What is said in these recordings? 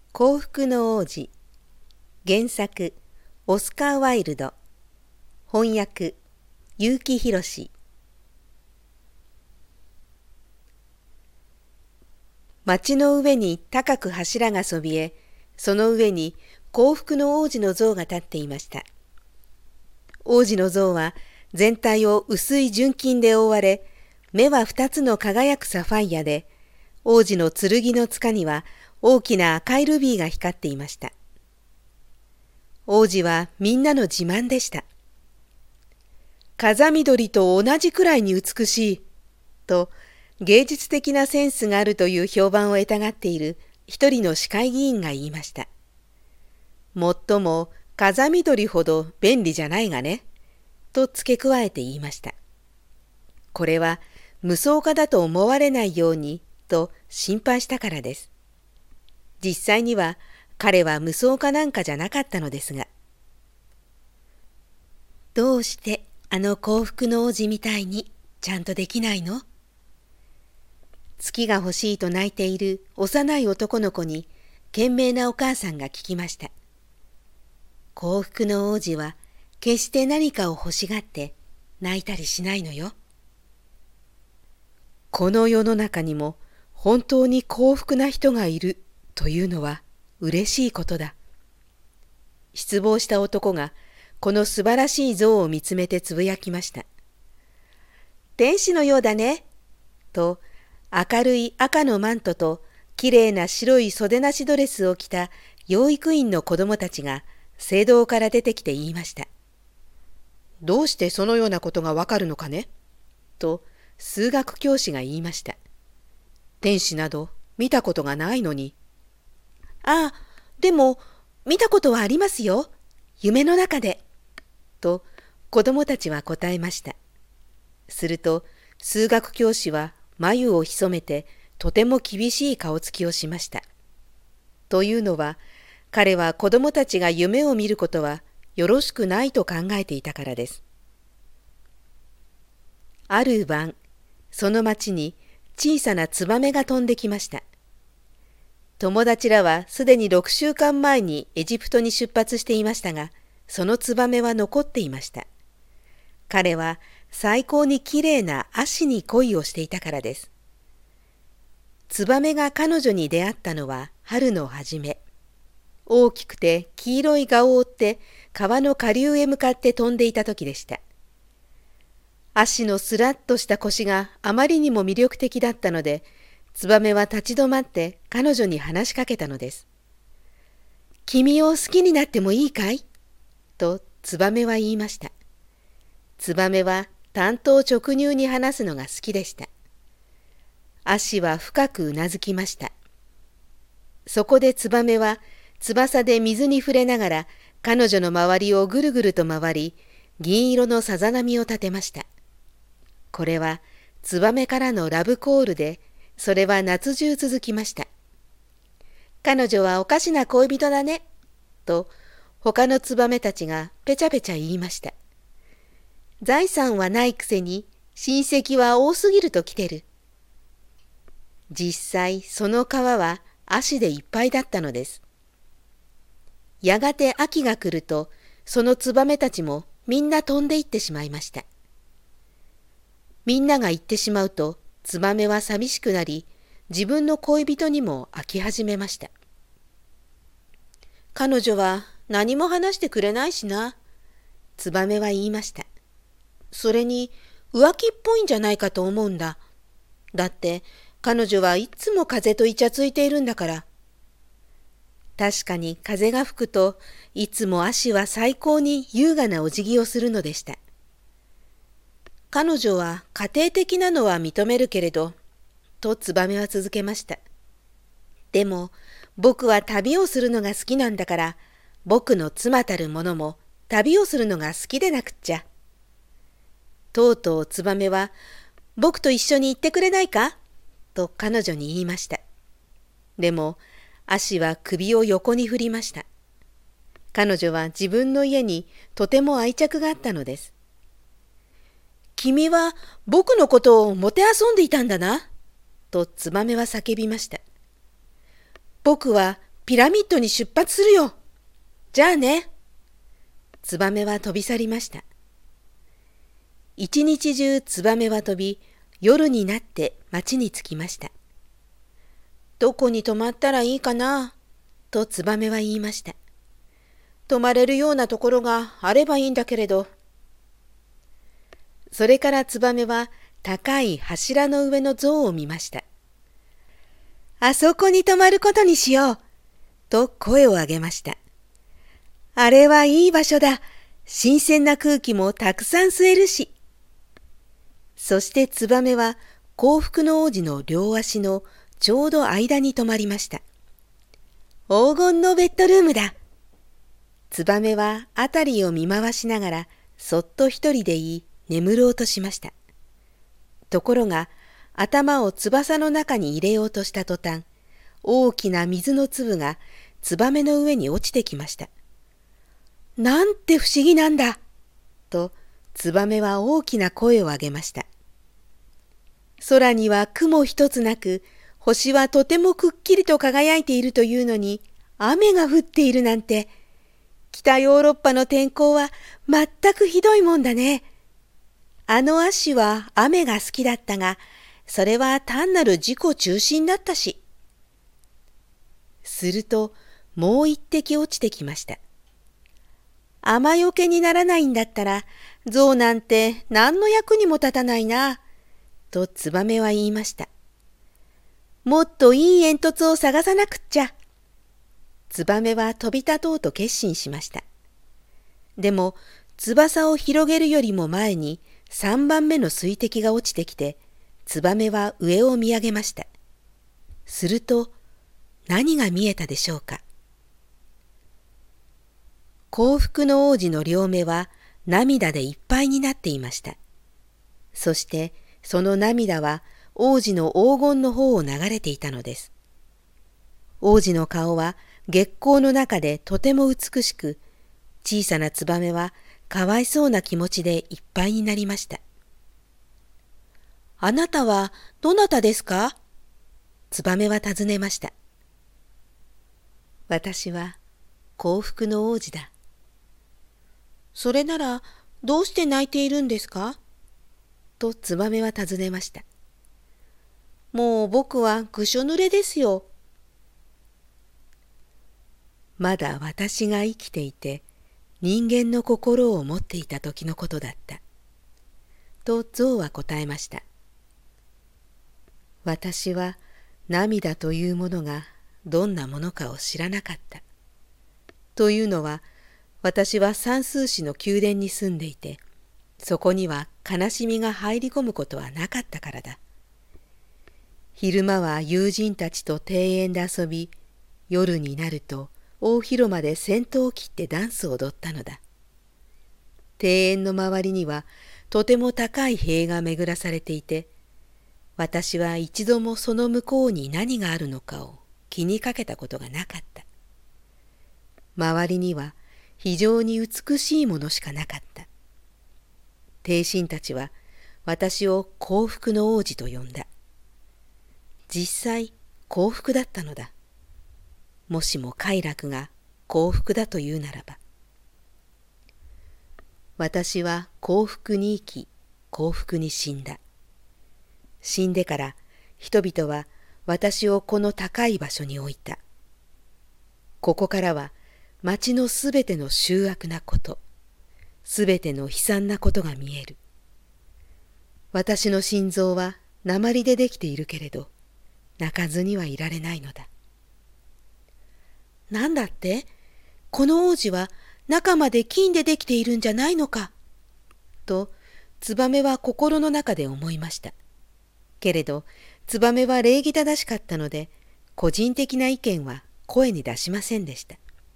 幸福の王子。原作オスカー・ワイルド。翻訳結城宏。町の上に高く柱がそびえ、その上に幸福の王子の像が立っていました。王子の像は全体を薄い純金で覆われ、目は2つの輝くサファイアで、王子の剣の柄には大きな赤いルビーが光っていました。王子はみんなの自慢でした。風見鶏と同じくらいに美しい、と芸術的なセンスがあるという評判を得たがっている一人の市会議員が言いました。もっとも風見鶏ほど便利じゃないがね、と付け加えて言いました。これは無双家だと思われないようにと心配したからです。実際には彼は無双家なんかじゃなかったのですが。どうしてあの幸福の王子みたいにちゃんとできないの？月が欲しいと泣いている幼い男の子に賢明なお母さんが聞きました。幸福の王子は決して何かを欲しがって泣いたりしないのよ。この世の中にも本当に幸福な人がいるというのは嬉しいことだ。失望した男がこの素晴らしい像を見つめてつぶやきました。天使のようだね、と明るい赤のマントときれいな白い袖なしドレスを着た養育院の子供たちが聖堂から出てきて言いました。どうしてそのようなことがわかるのかね、と数学教師が言いました。天使など見たことがないのに。ああ、でも見たことはありますよ。夢の中で。と子供たちは答えました。すると数学教師は眉を潜めてとても厳しい顔つきをしました。というのは彼は子供たちが夢を見ることはよろしくないと考えていたからです。ある晩、その町に小さなツバメが飛んできました。友達らはすでに6週間前にエジプトに出発していましたが、そのツバメは残っていました。彼は最高にきれいな葦に恋をしていたからです。ツバメが彼女に出会ったのは春の初め。大きくて黄色い蛾を追って川の下流へ向かって飛んでいた時でした。葦のすらっとした腰があまりにも魅力的だったので、ツバメは立ち止まって彼女に話しかけたのです。君を好きになってもいいかい？とツバメは言いました。ツバメは単刀直入に話すのが好きでした。葦は深くうなずきました。そこでツバメは翼で水に触れながら彼女の周りをぐるぐると回り、銀色のさざ波を立てました。これはツバメからのラブコールで、それは夏中続きました。彼女はおかしな恋人だね、と他のツバメたちがペチャペチャ言いました。財産はないくせに親戚は多すぎると来てる。実際その川は葦でいっぱいだったのです。やがて秋が来ると、そのツバメたちもみんな飛んでいってしまいました。みんなが行ってしまうと、ツバメは寂しくなり、自分の恋人にも飽き始めました。彼女は何も話してくれないしな、ツバメは言いました。それに浮気っぽいんじゃないかと思うんだ。だって彼女はいつも風とイチャついているんだから。確かに風が吹くといつも葦は最高に優雅なお辞儀をするのでした。彼女は家庭的なのは認めるけれど、とツバメは続けました。でも僕は旅をするのが好きなんだから、僕の妻たる者も旅をするのが好きでなくっちゃ。とうとうツバメは、僕と一緒に行ってくれないか？と彼女に言いました。でも葦は首を横に振りました。彼女は自分の家にとても愛着があったのです。君は僕のことをもてあそんでいたんだな、とツバメは叫びました。僕はピラミッドに出発するよ。じゃあね。ツバメは飛び去りました。一日中ツバメは飛び、夜になって町に着きました。どこに泊まったらいいかな、とツバメは言いました。泊まれるようなところがあればいいんだけれど。それからツバメは高い柱の上の像を見ました。あそこに泊まることにしよう、と声を上げました。あれはいい場所だ。新鮮な空気もたくさん吸えるし。そしてツバメは幸福の王子の両足のちょうど間に泊まりました。黄金のベッドルームだ。ツバメはあたりを見回しながらそっと一人で眠ろうとしました。ところが頭を翼の中に入れようとした途端、大きな水の粒がツバメの上に落ちてきました。なんて不思議なんだ、とツバメは大きな声を上げました。空には雲一つなく、星はとてもくっきりと輝いているというのに、雨が降っているなんて、北ヨーロッパの天候は全くひどいもんだね。あのアッシュは雨が好きだったが、それは単なる自己中心だったし。すると、もう一滴落ちてきました。雨よけにならないんだったら、象なんて何の役にも立たないな、とツバメは言いました。もっといい煙突を探さなくっちゃ。ツバメは飛び立とうと決心しました。でも、翼を広げるよりも前に3番目の水滴が落ちてきて、ツバメは上を見上げました。すると、何が見えたでしょうか。幸福の王子の両目は涙でいっぱいになっていました。そしてその涙は王子の黄金の方を流れていたのです。王子の顔は月光の中でとても美しく、小さなツバメはかわいそうな気持ちでいっぱいになりました。あなたはどなたですか？ツバメは尋ねました。私は幸福の王子だ。それならどうして泣いているんですか？とツバメは尋ねました。もう僕はぐしょ濡れですよ。まだ私が生きていて人間の心を持っていた時のことだった。と象は答えました。私は涙というものがどんなものかを知らなかった。というのは、私は算数士の宮殿に住んでいて、そこには悲しみが入り込むことはなかったからだ。昼間は友人たちと庭園で遊び、夜になると大広間で先頭を切ってダンスを踊ったのだ。庭園の周りにはとても高い塀が巡らされていて、私は一度もその向こうに何があるのかを気にかけたことがなかった。周りには非常に美しいものしかなかった。帝臣たちは私を幸福の王子と呼んだ。実際幸福だったのだ。もしも快楽が幸福だというならば。私は幸福に生き、幸福に死んだ。死んでから人々は私をこの高い場所に置いた。ここからは町のすべての醜悪なこと、すべての悲惨なことが見える。私の心臓は鉛でできているけれど、泣かずにはいられないのだ。なんだって？この王子は中まで金でできているんじゃないのか。と、ツバメは心の中で思いました。けれど、ツバメは礼儀正しかったので、個人的な意見は声に出しませんでした。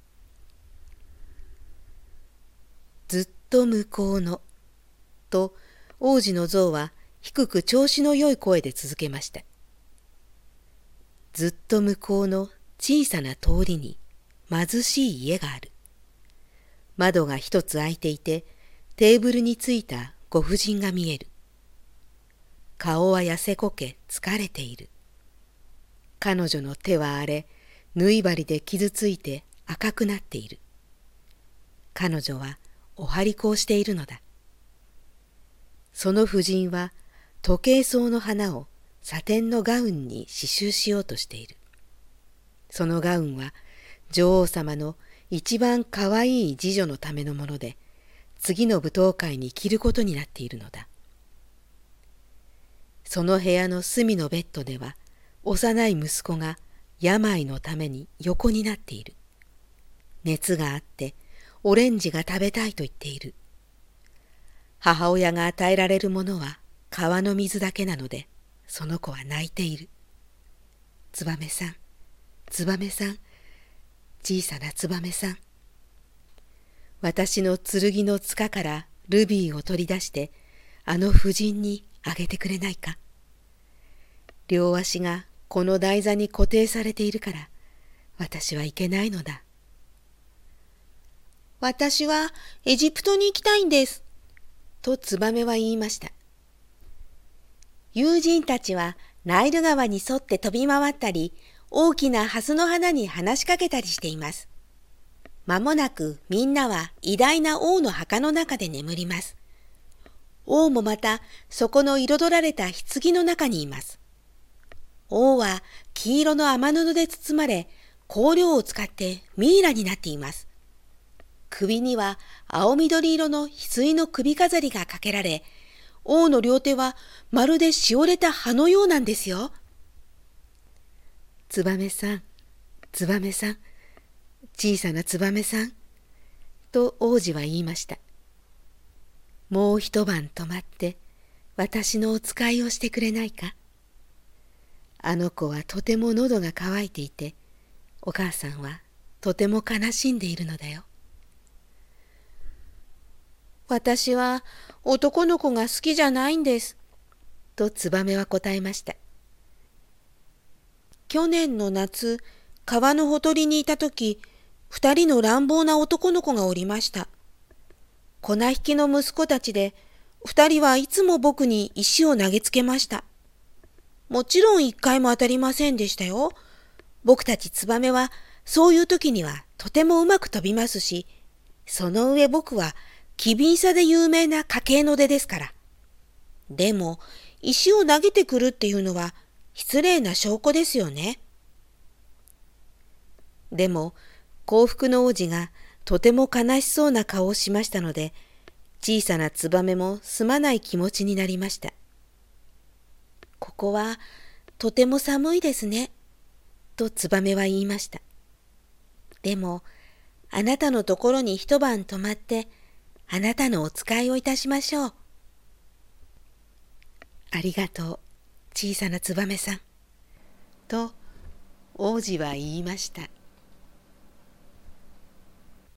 ずっと向こうの、と王子の象は低く調子のよい声で続けました。ずっと向こうの小さな通りに貧しい家がある。窓が一つ開いていて、テーブルについたご婦人が見える。顔は痩せこけ疲れている。彼女の手は荒れ、 縫い針で傷ついて赤くなっている。彼女はお針子をしているのだ。その婦人は時計草の花をサテンのガウンに刺繍しようとしている。そのガウンは女王様の一番かわいい次女のためのもので、次の舞踏会に着ることになっているのだ。その部屋の隅のベッドでは、幼い息子が病のために横になっている。熱があってオレンジが食べたいと言っている。母親が与えられるものは川の水だけなので、その子は泣いている。ツバメさん、ツバメさん、小さなツバメさん。私の剣の塚からルビーを取り出して、あの婦人にあげてくれないか。両足がこの台座に固定されているから、私はいけないのだ。 私はエジプトに行きたいんです。 とツバメは言いました。 友人たちはナイル川に沿って飛び回ったり、大きなハスの花に話しかけたりしています。まもなくみんなは偉大な王の墓の中で眠ります。王もまたそこの彩られた棺の中にいます。王は黄色の雨布で包まれ、香料を使ってミイラになっています。首には青緑色の翡翠の首飾りがかけられ、王の両手はまるでしおれた葉のようなんですよ。 ツバメさん、ツバメさん、小さなツバメさん、と王子は言いました。もう一晩泊まって私のお使いをしてくれないか。あの子はとても喉が渇いていて、お母さんはとても悲しんでいるのだよ。 私は男の子が好きじゃないんです。 とツバメは答えました。 去年の夏、川のほとりにいたとき、2人の乱暴な男の子がおりました。粉引きの息子たちで、2人はいつも僕に石を投げつけました。もちろん1回も当たりませんでしたよ。僕たちツバメはそういう時にはとてもうまく飛びますし、その上僕は機敏さで有名な家系の出ですから。でも、石を投げてくるっていうのは失礼な証拠ですよね。 でも、幸福の王子がとても悲しそうな顔をしましたので、小さなツバメもすまない気持ちになりました。 ここはとても寒いですね。 とツバメは言いました。 でも、あなたのところに一晩泊まって、あなたのお使いをいたしましょう。 ありがとう、小さなツバメさん。と王子は言いました。